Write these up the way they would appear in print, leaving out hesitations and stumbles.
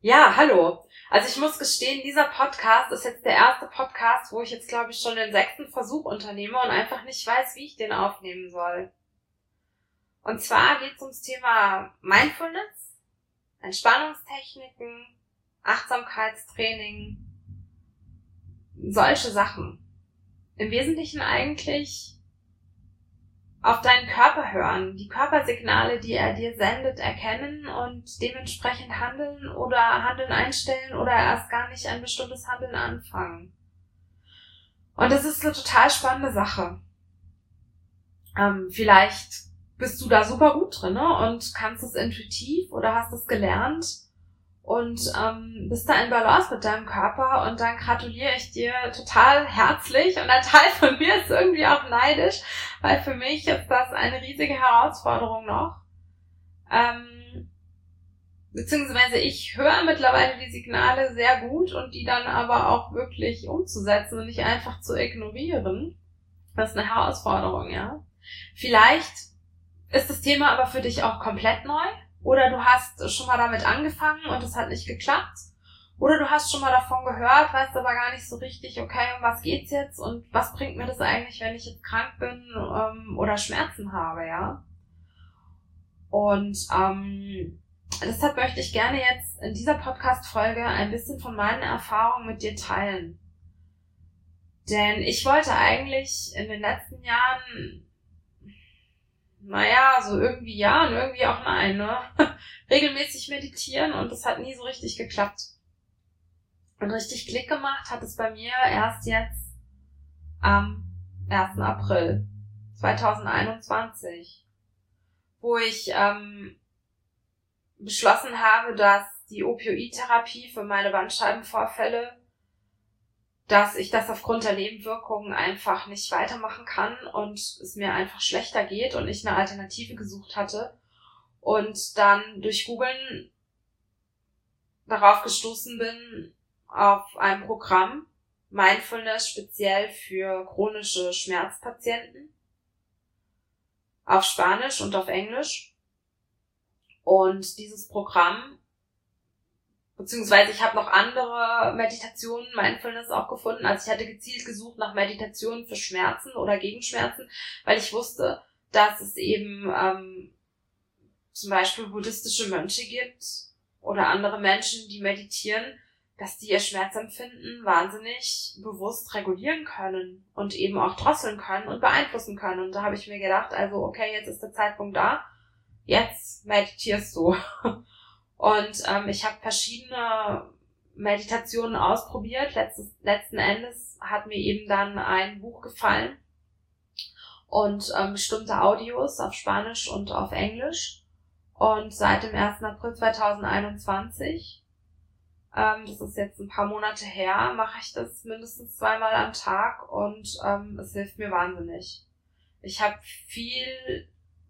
Ja, hallo. Also ich muss gestehen, dieser Podcast ist jetzt der erste Podcast, wo ich jetzt, glaube ich, schon den 6. Versuch unternehme und einfach nicht weiß, wie ich den aufnehmen soll. Und zwar geht es ums Thema Mindfulness, Entspannungstechniken, Achtsamkeitstraining, solche Sachen. Im Wesentlichen eigentlich auf deinen Körper hören, die Körpersignale, die er dir sendet, erkennen und dementsprechend handeln oder Handeln einstellen oder erst gar nicht ein bestimmtes Handeln anfangen. Und das ist eine total spannende Sache. Vielleicht bist du da super gut drin, ne? Und kannst es intuitiv oder hast es gelernt und bist da in Balance mit deinem Körper, und dann gratuliere ich dir total herzlich, und ein Teil von mir ist irgendwie auch neidisch, weil für mich ist das eine riesige Herausforderung noch. Beziehungsweise ich höre mittlerweile die Signale sehr gut und die dann aber auch wirklich umzusetzen und nicht einfach zu ignorieren. Das ist eine Herausforderung, ja. Vielleicht ist das Thema aber für dich auch komplett neu. Oder du hast schon mal damit angefangen und es hat nicht geklappt. Oder du hast schon mal davon gehört, weißt aber gar nicht so richtig, okay, um was geht's jetzt und was bringt mir das eigentlich, wenn ich jetzt krank bin oder Schmerzen habe, ja. Und deshalb möchte ich gerne jetzt in dieser Podcast-Folge ein bisschen von meinen Erfahrungen mit dir teilen. Denn ich wollte eigentlich in den letzten Jahren, so irgendwie ja und irgendwie auch nein, ne? Regelmäßig meditieren, und das hat nie so richtig geklappt. Und richtig Klick gemacht hat es bei mir erst jetzt am 1. April 2021, wo ich beschlossen habe, dass die Opioidtherapie für meine Bandscheibenvorfälle, dass ich das aufgrund der Nebenwirkungen einfach nicht weitermachen kann und es mir einfach schlechter geht und ich eine Alternative gesucht hatte und dann durch Googlen darauf gestoßen bin, auf ein Programm Mindfulness speziell für chronische Schmerzpatienten auf Spanisch und auf Englisch. Und dieses Programm, beziehungsweise ich habe noch andere Meditationen, Mindfulness auch gefunden. Also ich hatte gezielt gesucht nach Meditationen für Schmerzen oder gegen Schmerzen, weil ich wusste, dass es eben zum Beispiel buddhistische Mönche gibt oder andere Menschen, die meditieren, dass die ihr Schmerzempfinden wahnsinnig bewusst regulieren können und eben auch drosseln können und beeinflussen können. Und da habe ich mir gedacht, also okay, jetzt ist der Zeitpunkt da, jetzt meditierst du. Und ich habe verschiedene Meditationen ausprobiert. Letzten Endes hat mir eben dann ein Buch gefallen und bestimmte Audios auf Spanisch und auf Englisch. Und seit dem 1. April 2021, das ist jetzt ein paar Monate her, mache ich das mindestens 2-mal am Tag, und es hilft mir wahnsinnig. Ich habe viel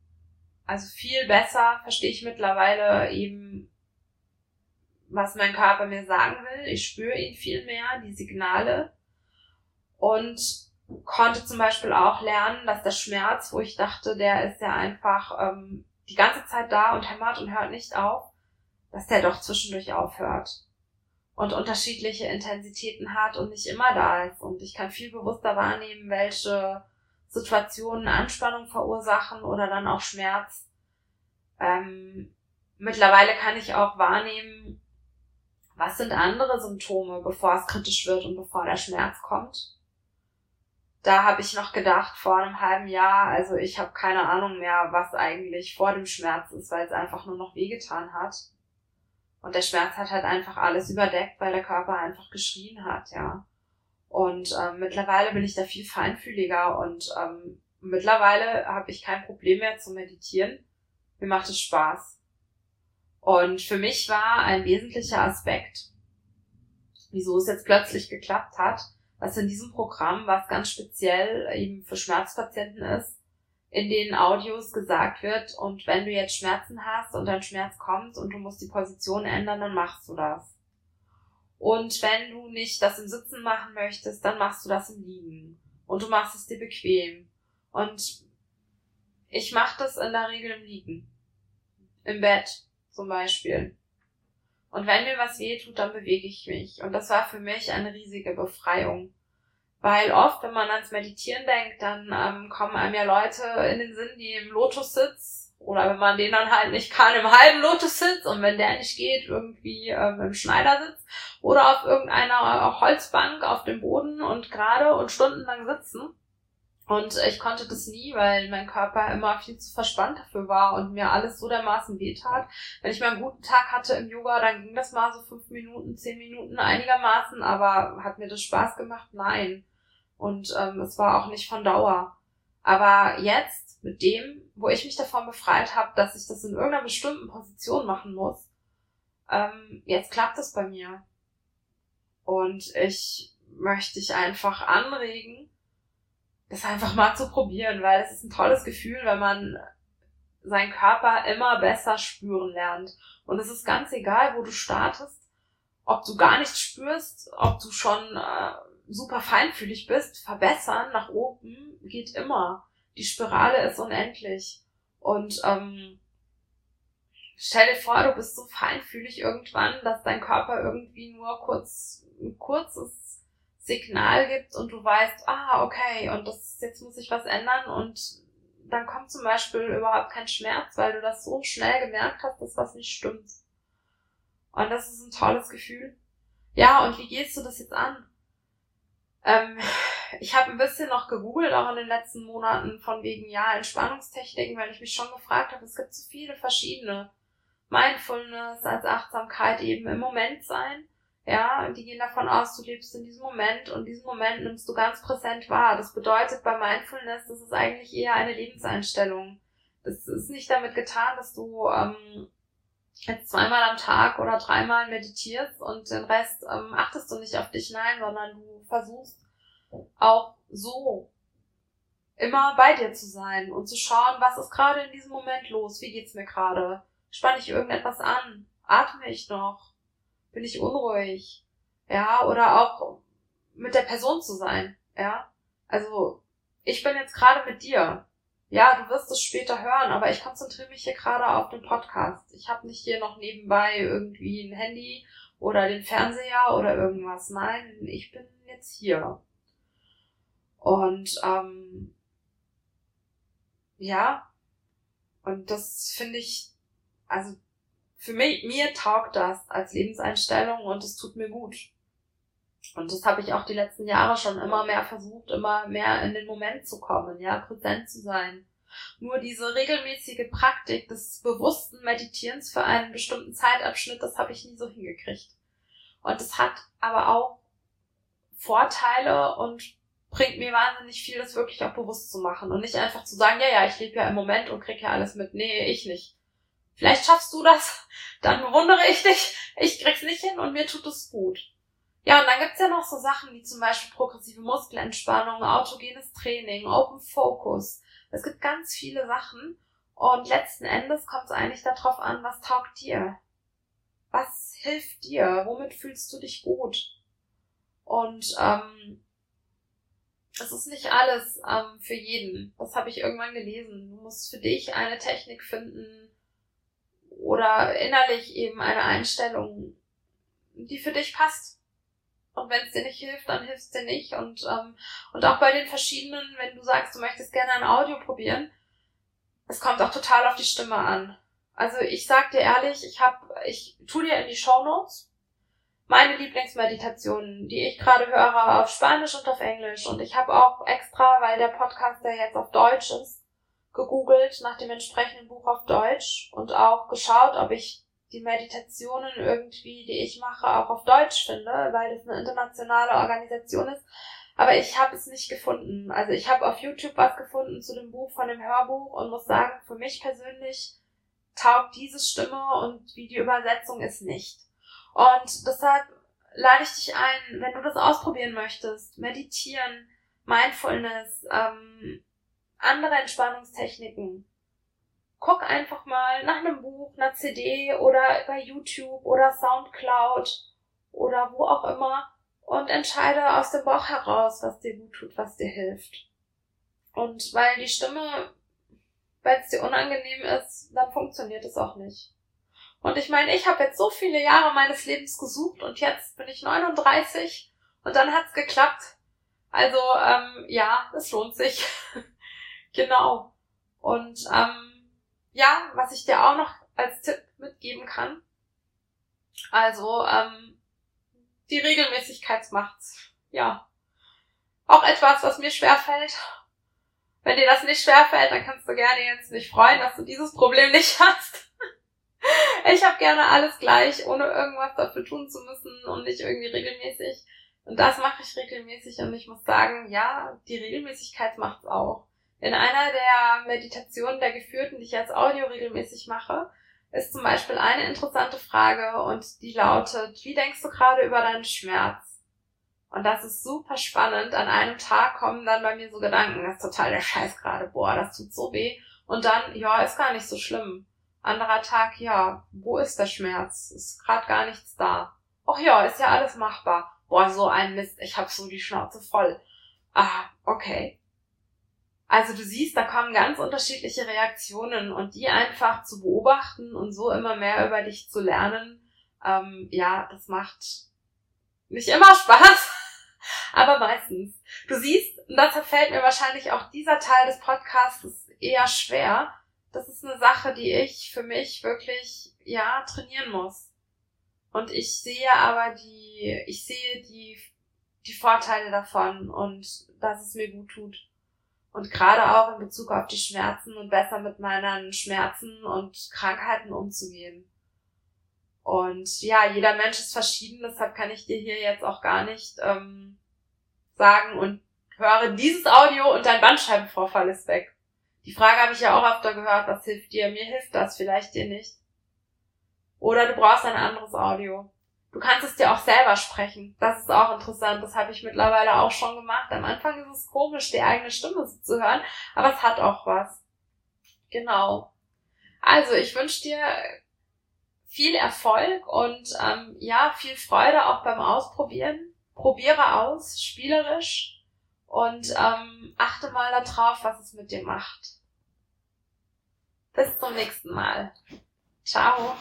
besser verstehe ich mittlerweile eben, was mein Körper mir sagen will. Ich spüre ihn viel mehr, die Signale, und konnte zum Beispiel auch lernen, dass der Schmerz, wo ich dachte, der ist ja einfach die ganze Zeit da und hämmert und hört nicht auf, dass der doch zwischendurch aufhört und unterschiedliche Intensitäten hat und nicht immer da ist. Und ich kann viel bewusster wahrnehmen, welche Situationen Anspannung verursachen oder dann auch Schmerz. Mittlerweile kann ich auch wahrnehmen, was sind andere Symptome, bevor es kritisch wird und bevor der Schmerz kommt. Da habe ich noch gedacht, vor einem halben Jahr, also ich habe keine Ahnung mehr, was eigentlich vor dem Schmerz ist, weil es einfach nur noch wehgetan hat. Und der Schmerz hat halt einfach alles überdeckt, weil der Körper einfach geschrien hat, ja. Und mittlerweile bin ich da viel feinfühliger, und mittlerweile habe ich kein Problem mehr zu meditieren. Mir macht es Spaß. Und für mich war ein wesentlicher Aspekt, wieso es jetzt plötzlich geklappt hat, dass in diesem Programm, was ganz speziell eben für Schmerzpatienten ist, in den Audios gesagt wird, und wenn du jetzt Schmerzen hast und dein Schmerz kommt und du musst die Position ändern, dann machst du das. Und wenn du nicht das im Sitzen machen möchtest, dann machst du das im Liegen. Und du machst es dir bequem. Und ich mache das in der Regel im Liegen. Im Bett zum Beispiel. Und wenn mir was weh tut, dann bewege ich mich. Und das war für mich eine riesige Befreiung. Weil oft, wenn man ans Meditieren denkt, dann kommen einem ja Leute in den Sinn, die im Lotussitz, oder wenn man den dann halt nicht kann, im halben Lotussitz, und wenn der nicht geht, irgendwie im Schneidersitz oder auf irgendeiner Holzbank auf dem Boden und gerade und stundenlang sitzen. Und ich konnte das nie, weil mein Körper immer viel zu verspannt dafür war und mir alles so dermaßen wehtat. Wenn ich mal einen guten Tag hatte im Yoga, dann ging das mal so 5 Minuten, 10 Minuten einigermaßen, aber hat mir das Spaß gemacht? Nein. Und es war auch nicht von Dauer. Aber jetzt, mit dem, wo ich mich davon befreit habe, dass ich das in irgendeiner bestimmten Position machen muss, jetzt klappt es bei mir. Und ich möchte dich einfach anregen, das einfach mal zu probieren, weil es ist ein tolles Gefühl, wenn man seinen Körper immer besser spüren lernt. Und es ist ganz egal, wo du startest, ob du gar nichts spürst, ob du schon super feinfühlig bist, verbessern nach oben geht immer. Die Spirale ist unendlich. Und stell dir vor, du bist so feinfühlig irgendwann, dass dein Körper irgendwie nur ein kurzes Signal gibt und du weißt, okay, und jetzt muss ich was ändern, und dann kommt zum Beispiel überhaupt kein Schmerz, weil du das so schnell gemerkt hast, dass was nicht stimmt. Und das ist ein tolles Gefühl. Ja, und wie gehst du das jetzt an? Ich habe ein bisschen noch gegoogelt, auch in den letzten Monaten, von wegen, Entspannungstechniken, weil ich mich schon gefragt habe, es gibt so viele verschiedene. Mindfulness als Achtsamkeit, eben im Moment sein. Ja, die gehen davon aus, du lebst in diesem Moment und diesen Moment nimmst du ganz präsent wahr. Das bedeutet bei Mindfulness, das ist eigentlich eher eine Lebenseinstellung. Das ist nicht damit getan, dass du jetzt 2-mal am Tag oder 3-mal meditierst und den Rest achtest du nicht auf dich, nein, sondern du versuchst auch so immer bei dir zu sein und zu schauen, was ist gerade in diesem Moment los, wie geht's mir gerade, spanne ich irgendetwas an, atme ich noch, bin ich unruhig, ja, oder auch mit der Person zu sein, ja, also ich bin jetzt gerade mit dir, ja, du wirst es später hören, aber ich konzentriere mich hier gerade auf den Podcast, ich habe nicht hier noch nebenbei irgendwie ein Handy oder den Fernseher oder irgendwas, nein, ich bin jetzt hier und und das finde ich, also für mich, mir taugt das als Lebenseinstellung und es tut mir gut. Und das habe ich auch die letzten Jahre schon immer mehr versucht, immer mehr in den Moment zu kommen, ja, präsent zu sein. Nur diese regelmäßige Praktik des bewussten Meditierens für einen bestimmten Zeitabschnitt, das habe ich nie so hingekriegt. Und es hat aber auch Vorteile und bringt mir wahnsinnig viel, das wirklich auch bewusst zu machen und nicht einfach zu sagen, ja, ich lebe ja im Moment und krieg ja alles mit. Nee, ich nicht. Vielleicht schaffst du das, dann bewundere ich dich. Ich krieg's nicht hin und mir tut es gut. Ja, und dann gibt's ja noch so Sachen wie zum Beispiel progressive Muskelentspannung, autogenes Training, Open Focus. Es gibt ganz viele Sachen und letzten Endes kommt es eigentlich darauf an, was taugt dir? Was hilft dir? Womit fühlst du dich gut? Und es ist nicht alles für jeden. Das habe ich irgendwann gelesen. Du musst für dich eine Technik finden oder innerlich eben eine Einstellung, die für dich passt. Und wenn es dir nicht hilft, dann hilft es dir nicht. Und auch bei den verschiedenen, wenn du sagst, du möchtest gerne ein Audio probieren, es kommt auch total auf die Stimme an. Also ich sag dir ehrlich, ich tu dir in die Shownotes meine Lieblingsmeditationen, die ich gerade höre, auf Spanisch und auf Englisch. Und ich habe auch extra, weil der Podcast ja jetzt auf Deutsch ist, gegoogelt nach dem entsprechenden Buch auf Deutsch und auch geschaut, ob ich die Meditationen irgendwie, die ich mache, auch auf Deutsch finde, weil das eine internationale Organisation ist. Aber ich habe es nicht gefunden. Also ich habe auf YouTube was gefunden zu dem Buch von dem Hörbuch und muss sagen, für mich persönlich taugt diese Stimme und wie die Übersetzung ist nicht. Und deshalb lade ich dich ein, wenn du das ausprobieren möchtest, meditieren, Mindfulness, andere Entspannungstechniken. Guck einfach mal nach einem Buch, einer CD oder bei YouTube oder Soundcloud oder wo auch immer und entscheide aus dem Bauch heraus, was dir gut tut, was dir hilft. Und weil die Stimme, wenn es dir unangenehm ist, dann funktioniert es auch nicht. Und ich meine, ich habe jetzt so viele Jahre meines Lebens gesucht und jetzt bin ich 39 und dann hat's geklappt. Also, ja, es lohnt sich. Genau. Und ja, was ich dir auch noch als Tipp mitgeben kann, also die Regelmäßigkeit macht's. Ja. Auch etwas, was mir schwerfällt. Wenn dir das nicht schwerfällt, dann kannst du gerne jetzt nicht freuen, dass du dieses Problem nicht hast. Ich habe gerne alles gleich, ohne irgendwas dafür tun zu müssen und nicht irgendwie regelmäßig. Und das mache ich regelmäßig und ich muss sagen, ja, die Regelmäßigkeit macht's auch. In einer der Meditationen der Geführten, die ich als Audio regelmäßig mache, ist zum Beispiel eine interessante Frage und die lautet: Wie denkst du gerade über deinen Schmerz? Und das ist super spannend. An einem Tag kommen dann bei mir so Gedanken, das ist total der Scheiß gerade, boah, das tut so weh. Und dann, ja, ist gar nicht so schlimm. Anderer Tag, ja, wo ist der Schmerz? Ist gerade gar nichts da. Ach ja, ist ja alles machbar. Boah, so ein Mist, ich hab so die Schnauze voll. Ah, okay. Also du siehst, da kommen ganz unterschiedliche Reaktionen und die einfach zu beobachten und so immer mehr über dich zu lernen, ja, das macht nicht immer Spaß, aber meistens. Du siehst, und deshalb fällt mir wahrscheinlich auch dieser Teil des Podcasts eher schwer. Das ist eine Sache, die ich für mich wirklich, ja, trainieren muss. Und ich sehe aber die Vorteile davon und dass es mir gut tut. Und gerade auch in Bezug auf die Schmerzen und besser mit meinen Schmerzen und Krankheiten umzugehen. Und ja, jeder Mensch ist verschieden, deshalb kann ich dir hier jetzt auch gar nicht sagen und höre dieses Audio und dein Bandscheibenvorfall ist weg. Die Frage habe ich ja auch öfter gehört, was hilft dir? Mir hilft das, vielleicht dir nicht. Oder du brauchst ein anderes Audio. Du kannst es dir auch selber sprechen. Das ist auch interessant. Das habe ich mittlerweile auch schon gemacht. Am Anfang ist es komisch, die eigene Stimme so zu hören, aber es hat auch was. Genau. Also, ich wünsche dir viel Erfolg und ja, viel Freude auch beim Ausprobieren. Probiere aus, spielerisch und achte mal darauf, was es mit dir macht. Bis zum nächsten Mal. Ciao.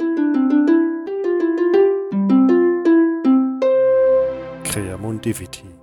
Creamondivity.